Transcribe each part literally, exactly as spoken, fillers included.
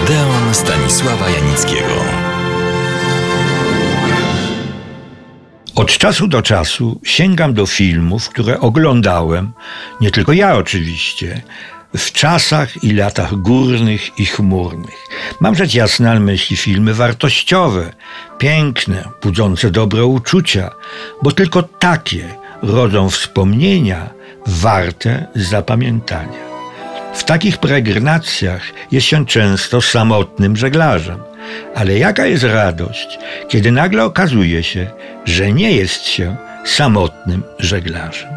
Odeon Stanisława Janickiego. Od czasu do czasu sięgam do filmów, które oglądałem, nie tylko ja oczywiście, w czasach i latach górnych i chmurnych. Mam rzecz jasna na myśli filmy wartościowe, piękne, budzące dobre uczucia, bo tylko takie rodzą wspomnienia warte zapamiętania. W takich peregrinacjach jest się często samotnym żeglarzem. Ale jaka jest radość, kiedy nagle okazuje się, że nie jest się samotnym żeglarzem.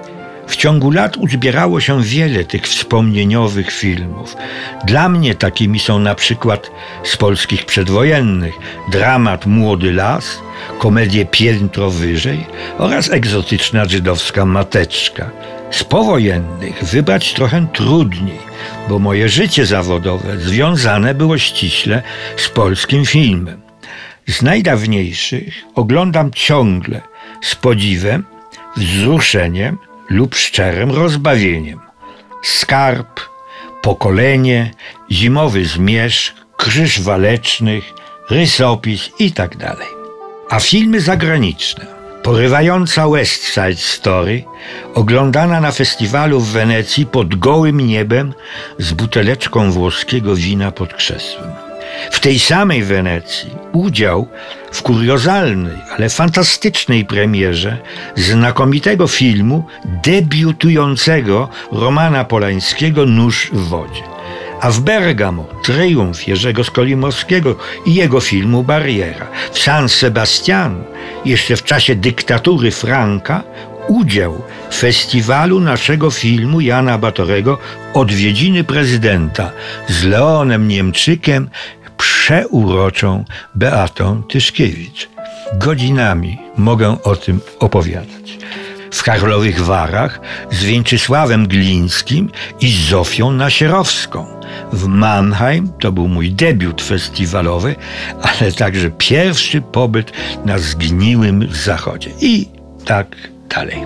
W ciągu lat uzbierało się wiele tych wspomnieniowych filmów. Dla mnie takimi są na przykład z polskich przedwojennych dramat Młody las, komedie Piętro wyżej oraz egzotyczna żydowska Mateczka. Z powojennych wybrać trochę trudniej, bo moje życie zawodowe związane było ściśle z polskim filmem. Z najdawniejszych oglądam ciągle z podziwem, wzruszeniem lub szczerym rozbawieniem. Skarb, Pokolenie, Zimowy zmierzch, Krzyż walecznych, Rysopis i tak dalej. A filmy zagraniczne. Porywająca West Side Story, oglądana na festiwalu w Wenecji pod gołym niebem z buteleczką włoskiego wina pod krzesłem. W tej samej Wenecji udział w kuriozalnej, ale fantastycznej premierze znakomitego filmu debiutującego Romana Polańskiego Nóż w wodzie. A w Bergamo triumf Jerzego Skolimowskiego i jego filmu Bariera. W San Sebastian, jeszcze w czasie dyktatury Franka, udział w festiwalu naszego filmu Jana Batorego Odwiedziny prezydenta z Leonem Niemczykiem, przeuroczą Beatą Tyszkiewicz. Godzinami mogę o tym opowiadać. W Karlowych Warach z Więczysławem Glińskim i z Zofią Nasierowską. W Mannheim to był mój debiut festiwalowy, ale także pierwszy pobyt na zgniłym zachodzie. I tak dalej.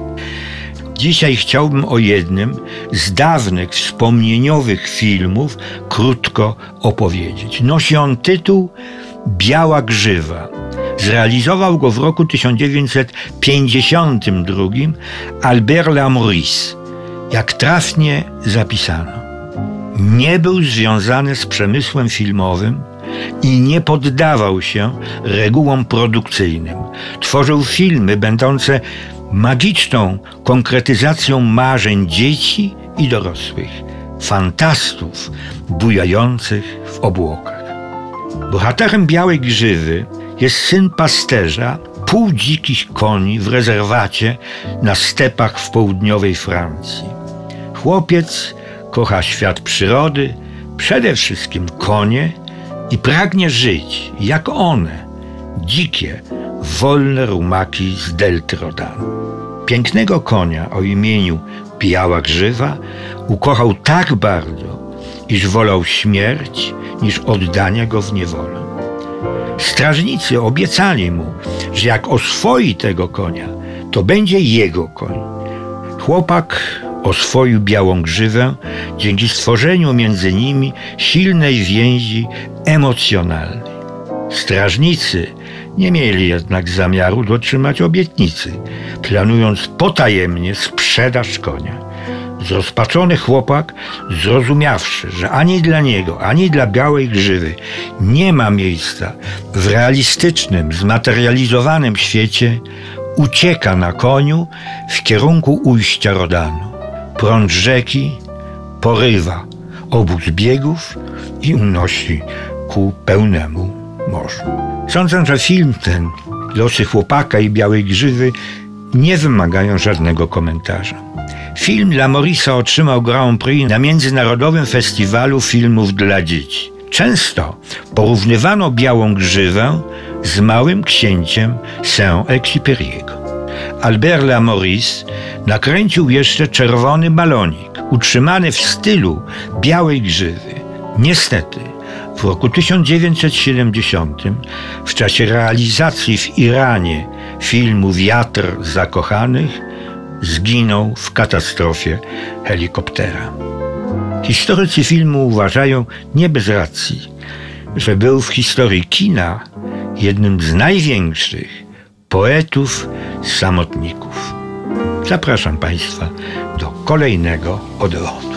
Dzisiaj chciałbym o jednym z dawnych wspomnieniowych filmów krótko opowiedzieć. Nosi on tytuł Biała grzywa. Zrealizował go w roku tysiąc dziewięćset pięćdziesiątym drugim Albert Lamouris. Jak trafnie zapisano, nie był związany z przemysłem filmowym i nie poddawał się regułom produkcyjnym. Tworzył filmy będące magiczną konkretyzacją marzeń dzieci i dorosłych, fantastów bujających w obłokach. Bohaterem Białej grzywy jest syn pasterza półdzikich koni w rezerwacie na stepach w południowej Francji. Chłopiec kocha świat przyrody, przede wszystkim konie i pragnie żyć jak one, dzikie, wolne rumaki z delty Rodanu. Pięknego konia o imieniu Biała grzywa ukochał tak bardzo, iż wolał śmierć niż oddania go w niewolę. Strażnicy obiecali mu, że jak oswoi tego konia, to będzie jego koń. Chłopak oswoił Białą grzywę dzięki stworzeniu między nimi silnej więzi emocjonalnej. Strażnicy nie mieli jednak zamiaru dotrzymać obietnicy, planując potajemnie sprzedaż konia. Zrozpaczony chłopak, zrozumiawszy, że ani dla niego, ani dla Białej grzywy nie ma miejsca w realistycznym, zmaterializowanym świecie, ucieka na koniu w kierunku ujścia Rodanu. Prąd rzeki porywa obóz biegów i unosi ku pełnemu morzu. Sądzę, że film ten, Losy chłopaka i Białej grzywy, nie wymagają żadnego komentarza. Film Lamourisa otrzymał Grand Prix na Międzynarodowym Festiwalu Filmów dla Dzieci. Często porównywano Białą grzywę z Małym księciem Saint-Exupéry'ego. Albert Lamouris nakręcił jeszcze Czerwony balonik, utrzymany w stylu Białej grzywy. Niestety, w roku tysiąc dziewięćset siedemdziesiątym, w czasie realizacji w Iranie filmu Wiatr zakochanych, zginął w katastrofie helikoptera. Historycy filmu uważają, nie bez racji, że był w historii kina jednym z największych poetów samotników. Zapraszam Państwa do kolejnego Odeonu.